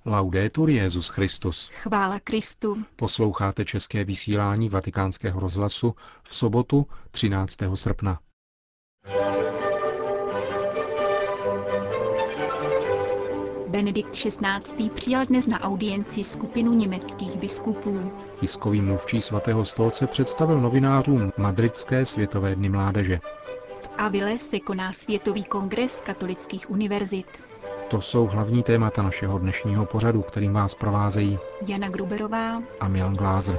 Laudetur Jesus Christus. Chvála Kristu. Posloucháte české vysílání Vatikánského rozhlasu v sobotu 13. srpna. Benedikt XVI. Přijal dnes na audienci skupinu německých biskupů. Tiskový mluvčí Svatého stolce představil novinářům Madridské světové dny mládeže. V Avile se koná Světový kongres katolických univerzit. To jsou hlavní témata našeho dnešního pořadu, kterým vás provázejí Jana Gruberová a Milan Glázer.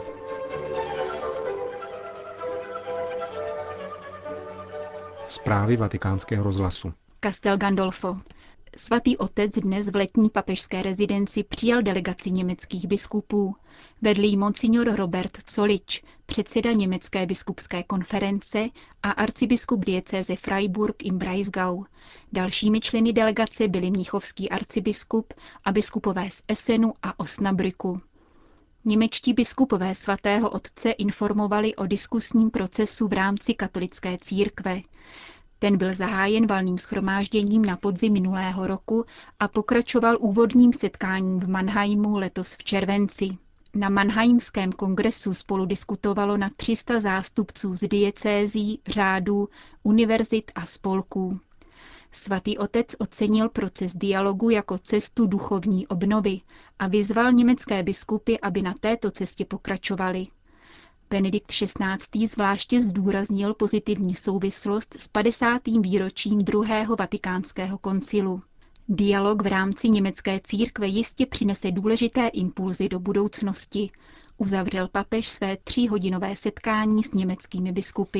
Zprávy Vatikánského rozhlasu. Castel Gandolfo. Svatý otec dnes v letní papežské rezidenci přijal delegaci německých biskupů. Vedl jí monsignor Robert Zollitsch, předseda Německé biskupské konference a arcibiskup diecéze Freiburg im Breisgau. Dalšími členy delegace byli mnichovský arcibiskup a biskupové z Essenu a Osnabrücku. Němečtí biskupové svatého otce informovali o diskusním procesu v rámci katolické církve. Ten byl zahájen valným shromážděním na podzim minulého roku a pokračoval úvodním setkáním v Mannheimu letos v červenci. Na Mannheimském kongresu spolu diskutovalo na 300 zástupců z diecézí, řádů, univerzit a spolků. Svatý otec ocenil proces dialogu jako cestu duchovní obnovy a vyzval německé biskupy, aby na této cestě pokračovali. Benedikt XVI. Zvláště zdůraznil pozitivní souvislost s 50. výročím druhého vatikánského koncilu. Dialog v rámci německé církve jistě přinese důležité impulzy do budoucnosti. Uzavřel papež své 3hodinové setkání s německými biskupy.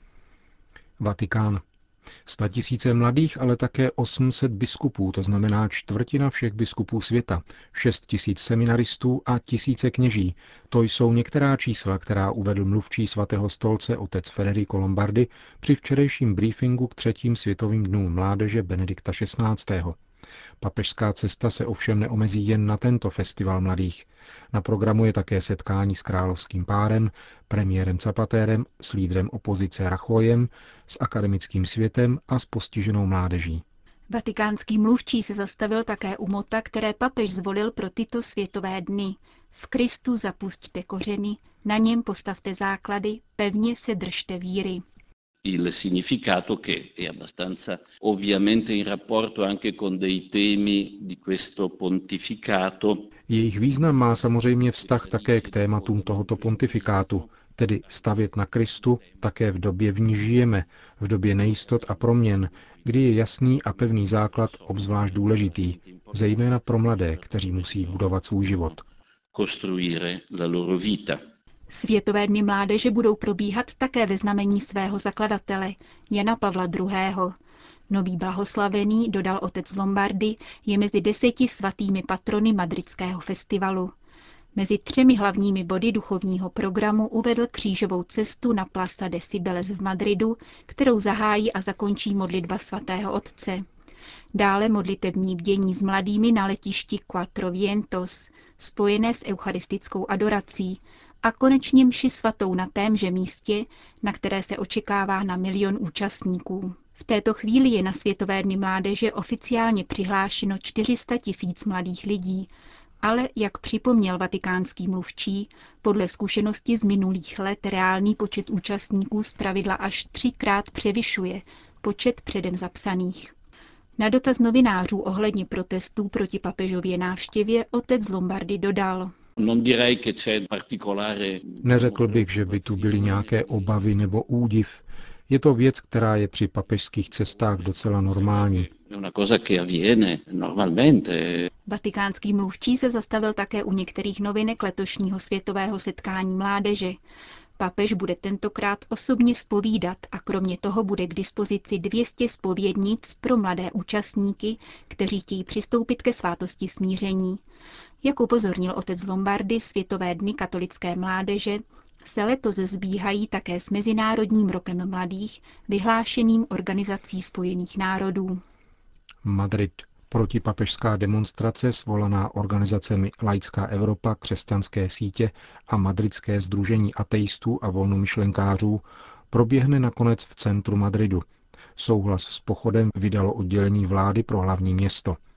Vatikán. 100 000 mladých, ale také 800 biskupů, to znamená čtvrtina všech biskupů světa, 6 000 seminaristů a tisíce kněží. To jsou některá čísla, která uvedl mluvčí Svatého stolce otec Federico Lombardi při včerejším briefingu k 3. světovým dnům mládeže Benedikta XVI. Papežská cesta se ovšem neomezí jen na tento festival mladých. Na programu je také setkání s královským párem, premiérem Zapatérem, s lídrem opozice Rajoyem, s akademickým světem a s postiženou mládeží. Vatikánský mluvčí se zastavil také u mota, které papež zvolil pro tyto světové dny. V Kristu zapusťte kořeny, na něm postavte základy, pevně se držte víry. Il significato che è abbastanza ovviamente in rapporto anche con dei temi di questo pontificato. Jejich význam má samozřejmě vztah také k tématům tohoto pontifikátu, tedy stavět na Kristu také v době, v níž žijeme, v době nejistot a proměn, kdy je jasný a pevný základ obzvlášť důležitý, zejména pro mladé, kteří musí budovat svůj život. Costruire la loro vita. Světové dny mládeže budou probíhat také ve znamení svého zakladatele, Jana Pavla II. Nový blahoslavený, dodal otec Lombardi, je mezi 10 svatými patrony madridského festivalu. Mezi 3 hlavními body duchovního programu uvedl křížovou cestu na Plaza de Cibeles v Madridu, kterou zahájí a zakončí modlitba svatého otce. Dále modlitební bdění s mladými na letišti Quattro Vientos, spojené s eucharistickou adorací, a konečně mši svatou na témže místě, na které se očekává na 1 milion účastníků. V této chvíli je na Světové dny mládeže oficiálně přihlášeno 400 000 mladých lidí, ale, jak připomněl vatikánský mluvčí, podle zkušenosti z minulých let reálný počet účastníků zpravidla až 3krát převyšuje počet předem zapsaných. Na dotaz novinářů ohledně protestů proti papežově návštěvě otec Lombardi dodal: Neřekl bych, že by tu byly nějaké obavy nebo údiv. Je to věc, která je při papežských cestách docela normální. Vatikánský mluvčí se zastavil také u některých novinek letošního světového setkání mládeže. Papež bude tentokrát osobně zpovídat a kromě toho bude k dispozici 200 zpovědnic pro mladé účastníky, kteří chtějí přistoupit ke svátosti smíření. Jak upozornil otec Lombardi, Světové dny katolické mládeže se letos sbíhají také s Mezinárodním rokem mladých, vyhlášeným Organizací spojených národů. Madrid. Protipapežská demonstrace svolaná organizacemi Laická Evropa, Křesťanské sítě a Madridské sdružení ateistů a volnomyšlenkářů proběhne nakonec v centru Madridu. Souhlas s pochodem vydalo oddělení vlády pro hlavní město.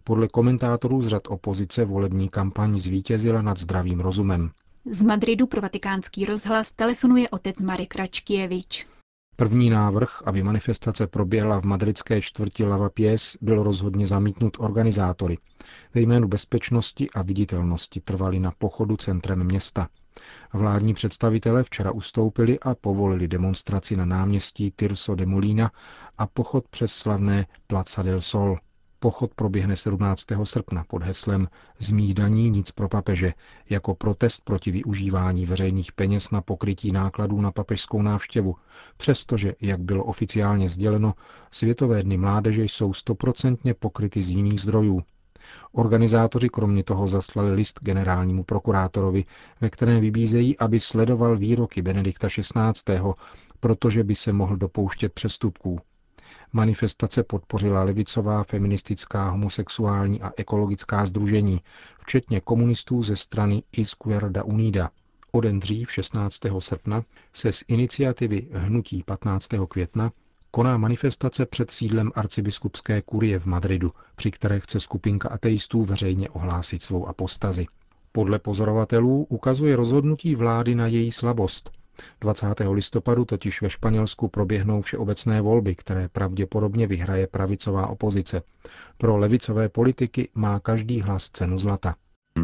Podle komentátorů z řad opozice volební kampaň zvítězila nad zdravým rozumem. Z Madridu pro Vatikánský rozhlas telefonuje otec Marek Račkěvič. První návrh, aby manifestace proběhla v madridské čtvrti Lavapiés, byl rozhodně zamítnut organizátory. Ve jménu bezpečnosti a viditelnosti trvali na pochodu centrem města. Vládní představitelé včera ustoupili a povolili demonstraci na náměstí Tirso de Molina a pochod přes slavné Plaza del Sol. Pochod proběhne 17. srpna pod heslem Z mých daní nic pro papeže, jako protest proti využívání veřejných peněz na pokrytí nákladů na papežskou návštěvu, přestože, jak bylo oficiálně sděleno, Světové dny mládeže jsou 100% pokryty z jiných zdrojů. Organizátoři kromě toho zaslali list generálnímu prokurátorovi, ve kterém vybízejí, aby sledoval výroky Benedikta XVI., protože by se mohl dopouštět přestupků. Manifestace podpořila levicová, feministická, homosexuální a ekologická sdružení, včetně komunistů ze strany Izquierda Unida. O den dřív, 16. srpna, se z iniciativy Hnutí 15. května koná manifestace před sídlem arcibiskupské kurie v Madridu, při které chce skupinka ateistů veřejně ohlásit svou apostazi. Podle pozorovatelů ukazuje rozhodnutí vlády na její slabost. 20. listopadu totiž ve Španělsku proběhnou všeobecné volby, které pravděpodobně vyhraje pravicová opozice. Pro levicové politiky má každý hlas cenu zlata.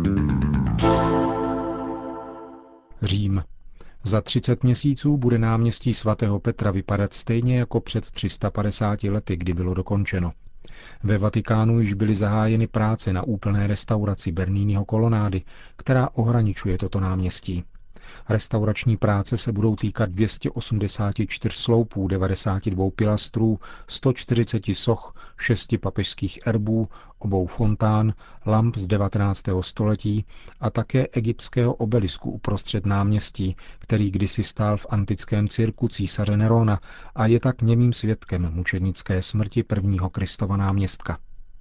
Řím. Za 30 měsíců bude náměstí svatého Petra vypadat stejně jako před 350 lety, kdy bylo dokončeno. Ve Vatikánu již byly zahájeny práce na úplné restauraci Berniniho kolonády, která ohraničuje toto náměstí. Restaurační práce se budou týkat 284 sloupů, 92 pilastrů, 140 soch, 6 papežských erbů, 2 fontán, lamp z 19. století a také egyptského obelisku uprostřed náměstí, který kdysi stál v antickém cirku císaře Nerona a je tak němým svědkem mučednické smrti prvního Kristova náměstka.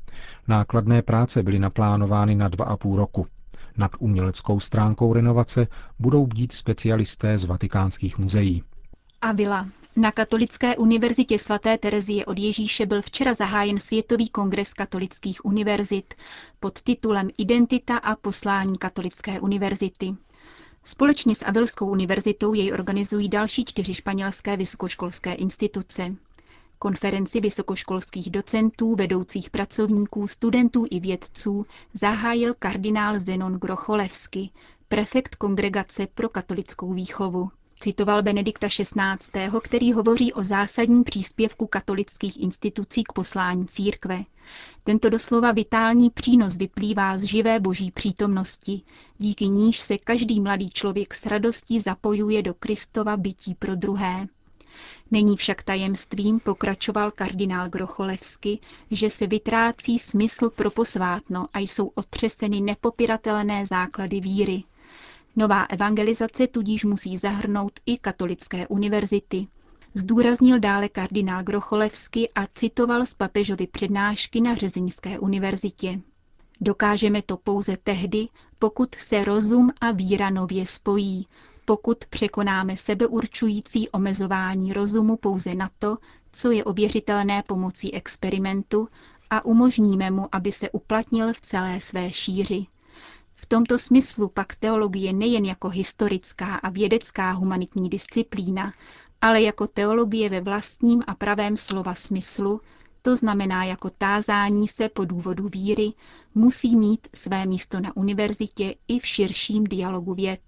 Nákladné práce byly naplánovány na 2,5 roku. Nad uměleckou stránkou renovace budou bdít specialisté z vatikánských muzeí. Avila. Na Katolické univerzitě svaté Terezie od Ježíše byl včera zahájen Světový kongres katolických univerzit pod titulem Identita a poslání Katolické univerzity. Společně s Avilskou univerzitou jej organizují další 4 španělské vysokoškolské instituce. Konferenci vysokoškolských docentů, vedoucích pracovníků, studentů i vědců zahájil kardinál Zenon Grocholevský, prefekt Kongregace pro katolickou výchovu. Citoval Benedikta XVI., který hovoří o zásadním příspěvku katolických institucí k poslání církve. Tento doslova vitální přínos vyplývá z živé boží přítomnosti, díky níž se každý mladý člověk s radostí zapojuje do Kristova bytí pro druhé. Není však tajemstvím, pokračoval kardinál Grocholevský, že se vytrácí smysl pro posvátno a jsou otřeseny nepopiratelné základy víry. Nová evangelizace tudíž musí zahrnout i katolické univerzity. Zdůraznil dále kardinál Grocholevský a citoval z papežovy přednášky na Řeziňské univerzitě. Dokážeme to pouze tehdy, pokud se rozum a víra nově spojí, pokud překonáme sebeurčující omezování rozumu pouze na to, co je ověřitelné pomocí experimentu a umožníme mu, aby se uplatnil v celé své šíři. V tomto smyslu pak teologie nejen jako historická a vědecká humanitní disciplína, ale jako teologie ve vlastním a pravém slova smyslu, to znamená jako tázání se po důvodu víry, musí mít své místo na univerzitě i v širším dialogu věd.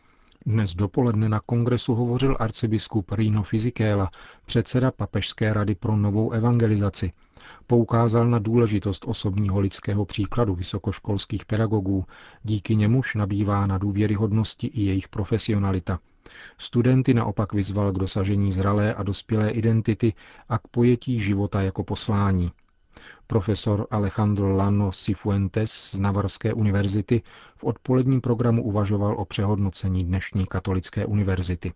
Dnes dopoledne na kongresu hovořil arcibiskup Rino Fisichella, předseda Papežské rady pro novou evangelizaci. Poukázal na důležitost osobního lidského příkladu vysokoškolských pedagogů, díky němuž nabývá na důvěryhodnosti i jejich profesionalita. Studenty naopak vyzval k dosažení zralé a dospělé identity a k pojetí života jako poslání. Profesor Alejandro Lano Cifuentes z Navarské univerzity v odpoledním programu uvažoval o přehodnocení dnešní katolické univerzity.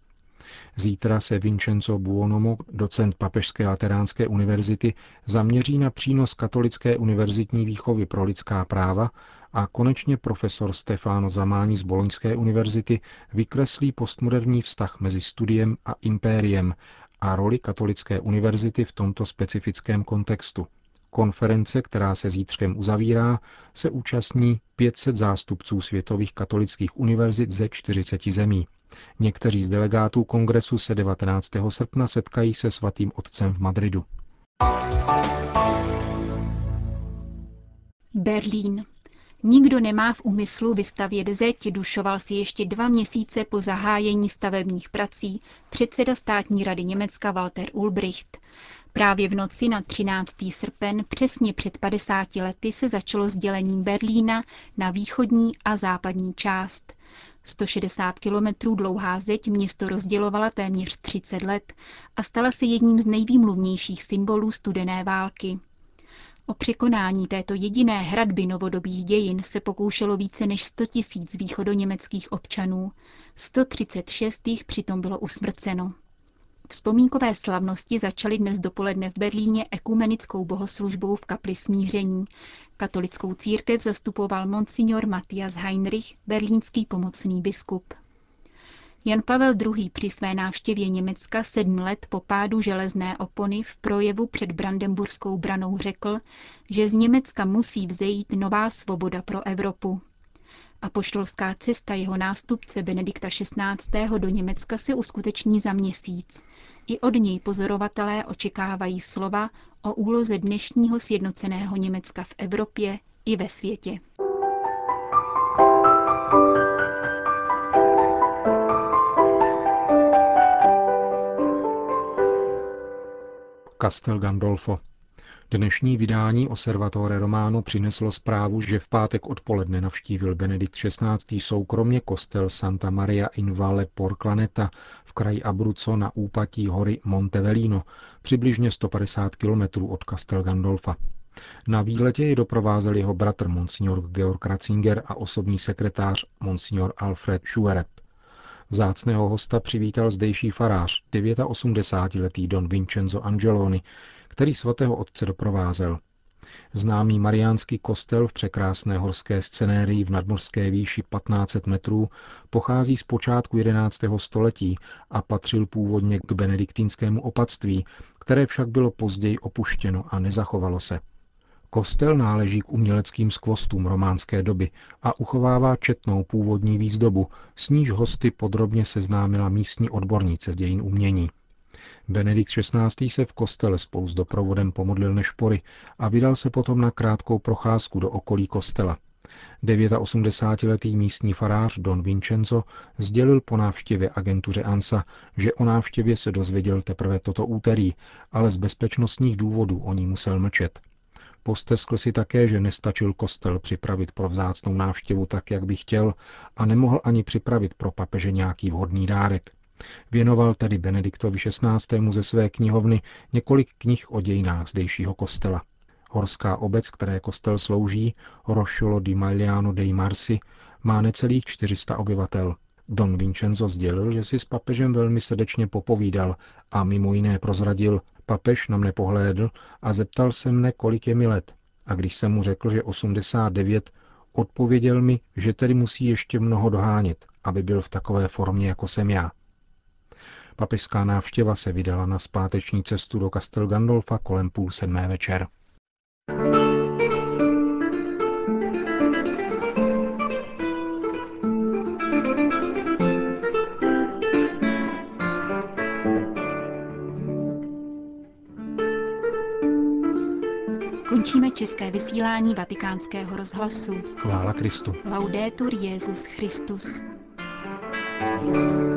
Zítra se Vincenzo Buonomo, docent Papežské lateránské univerzity, zaměří na přínos katolické univerzitní výchovy pro lidská práva a konečně profesor Stefano Zamani z Boloňské univerzity vykreslí postmoderní vztah mezi studiem a impériem a roli katolické univerzity v tomto specifickém kontextu. Konference, která se zítřkem uzavírá, se účastní 500 zástupců světových katolických univerzit ze 40 zemí. Někteří z delegátů kongresu se 19. srpna setkají se svatým otcem v Madridu. Berlín. Nikdo nemá v úmyslu vystavět zeď, dušoval si ještě 2 měsíce po zahájení stavebních prací předseda státní rady Německa Walter Ulbricht. Právě v noci na 13. srpen, přesně před 50 lety, se začalo s dělením Berlína na východní a západní část. 160 kilometrů dlouhá zeď město rozdělovala téměř 30 let a stala se jedním z nejvýmluvnějších symbolů studené války. O překonání této jediné hradby novodobých dějin se pokoušelo více než 100 000 východoněmeckých občanů. 136 jich přitom bylo usmrceno. Vzpomínkové slavnosti začaly dnes dopoledne v Berlíně ekumenickou bohoslužbou v kapli Smíření. Katolickou církev zastupoval monsignor Matthias Heinrich, berlínský pomocný biskup. Jan Pavel II. Při své návštěvě Německa 7 let po pádu železné opony v projevu před Brandenburskou branou řekl, že z Německa musí vzejít nová svoboda pro Evropu. Apoštolská cesta jeho nástupce Benedikta XVI. Do Německa se uskuteční za měsíc. I od něj pozorovatelé očekávají slova o úloze dnešního sjednoceného Německa v Evropě i ve světě. Castel Gandolfo. Dnešní vydání Osservatore Romano přineslo zprávu, že v pátek odpoledne navštívil Benedikt XVI. Soukromně kostel Santa Maria in Valle Porclaneta v kraji Abruzzo na úpatí hory Monte Velino, přibližně 150 kilometrů od Castel Gandolfa. Na výletě je doprovázel jeho bratr monsignor Georg Ratzinger a osobní sekretář monsignor Alfred Schuereb. Vzácného hosta přivítal zdejší farář, 89letý don Vincenzo Angeloni, který svatého otce doprovázel. Známý mariánský kostel v překrásné horské scenérii v nadmořské výši 1500 metrů pochází z počátku 11. století a patřil původně k benediktínskému opatství, které však bylo později opuštěno a nezachovalo se. Kostel náleží k uměleckým skvostům románské doby a uchovává četnou původní výzdobu, s níž hosty podrobně seznámila místní odbornice z dějin umění. Benedikt XVI. Se v kostele spolu s doprovodem pomodlil nešpory a vydal se potom na krátkou procházku do okolí kostela. 89letý místní farář don Vincenzo sdělil po návštěvě agentuře ANSA, že o návštěvě se dozvěděl teprve toto úterý, ale z bezpečnostních důvodů o ní musel mlčet. Posteskl si také, že nestačil kostel připravit pro vzácnou návštěvu tak, jak by chtěl, a nemohl ani připravit pro papeže nějaký vhodný dárek. Věnoval tedy Benediktovi XVI. Ze své knihovny několik knih o dějinách zdejšího kostela. Horská obec, které kostel slouží, Rosciolo di Magliano dei Marsi, má necelých 400 obyvatel. Don Vincenzo sdělil, že si s papežem velmi srdečně popovídal a mimo jiné prozradil: papež na mne pohlédl a zeptal se mne, kolik je mi let. A když jsem mu řekl, že 89, odpověděl mi, že tedy musí ještě mnoho dohánět, aby byl v takové formě, jako jsem já. Papežská návštěva se vydala na zpáteční cestu do Castel Gandolfa kolem 6:30 večer. Končíme české vysílání Vatikánského rozhlasu. Chvála Kristu. Laudetur Jesus Christus.